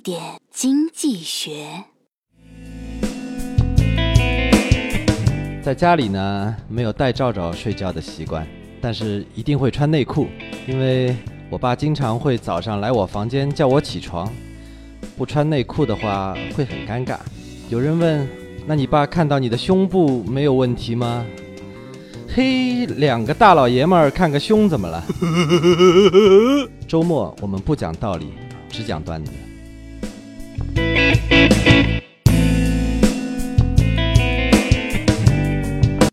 点经济学。 在家里呢，没有带罩罩睡觉的习惯，但是一定会穿内裤，因为我爸经常会早上来我房间叫我起床，不穿内裤的话会很尴尬。有人问，那你爸看到你的胸部没有问题吗？嘿，两个大老爷们儿看个胸怎么了？周末我们不讲道理，只讲段子。